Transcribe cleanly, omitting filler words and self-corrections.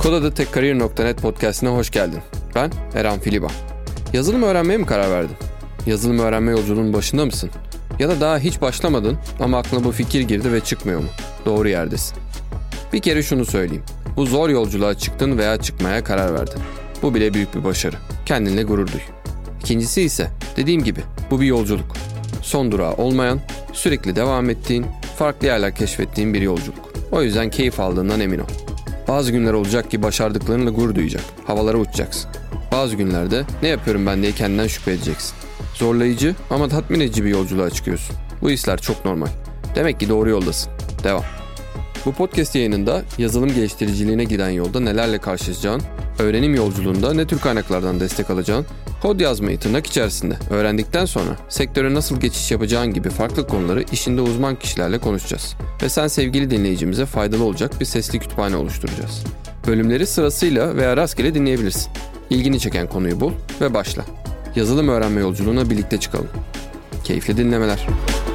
Kodadatekkariyer.net podcastine hoş geldin. Ben Eren Filiba. Yazılım öğrenmeye mi karar verdin? Yazılım öğrenme yolculuğunun başında mısın? Ya da daha hiç başlamadın ama aklına bu fikir girdi ve çıkmıyor mu? Doğru yerdesin. Bir kere şunu söyleyeyim. Bu zor yolculuğa çıktın veya çıkmaya karar verdin. Bu bile büyük bir başarı. Kendinle gurur duy. İkincisi ise dediğim gibi bu bir yolculuk. Son durağı olmayan, sürekli devam ettiğin, farklı yerler keşfettiğin bir yolculuk. O yüzden keyif aldığından emin ol. Bazı günler olacak ki başardıklarınla gurur duyacak. Havalara uçacaksın. Bazı günlerde ne yapıyorum ben diye kendinden şüphe edeceksin. Zorlayıcı ama tatmin edici bir yolculuğa çıkıyorsun. Bu hisler çok normal. Demek ki doğru yoldasın. Devam. Bu podcast yayınında yazılım geliştiriciliğine giden yolda nelerle karşılaşacağın, öğrenim yolculuğunda ne tür kaynaklardan destek alacağın, kod yazmayı tırnak içerisinde öğrendikten sonra sektöre nasıl geçiş yapacağın gibi farklı konuları işinde uzman kişilerle konuşacağız. Ve sen sevgili dinleyicimize faydalı olacak bir sesli kütüphane oluşturacağız. Bölümleri sırasıyla veya rastgele dinleyebilirsin. İlgini çeken konuyu bul ve başla. Yazılım öğrenme yolculuğuna birlikte çıkalım. Keyifli dinlemeler.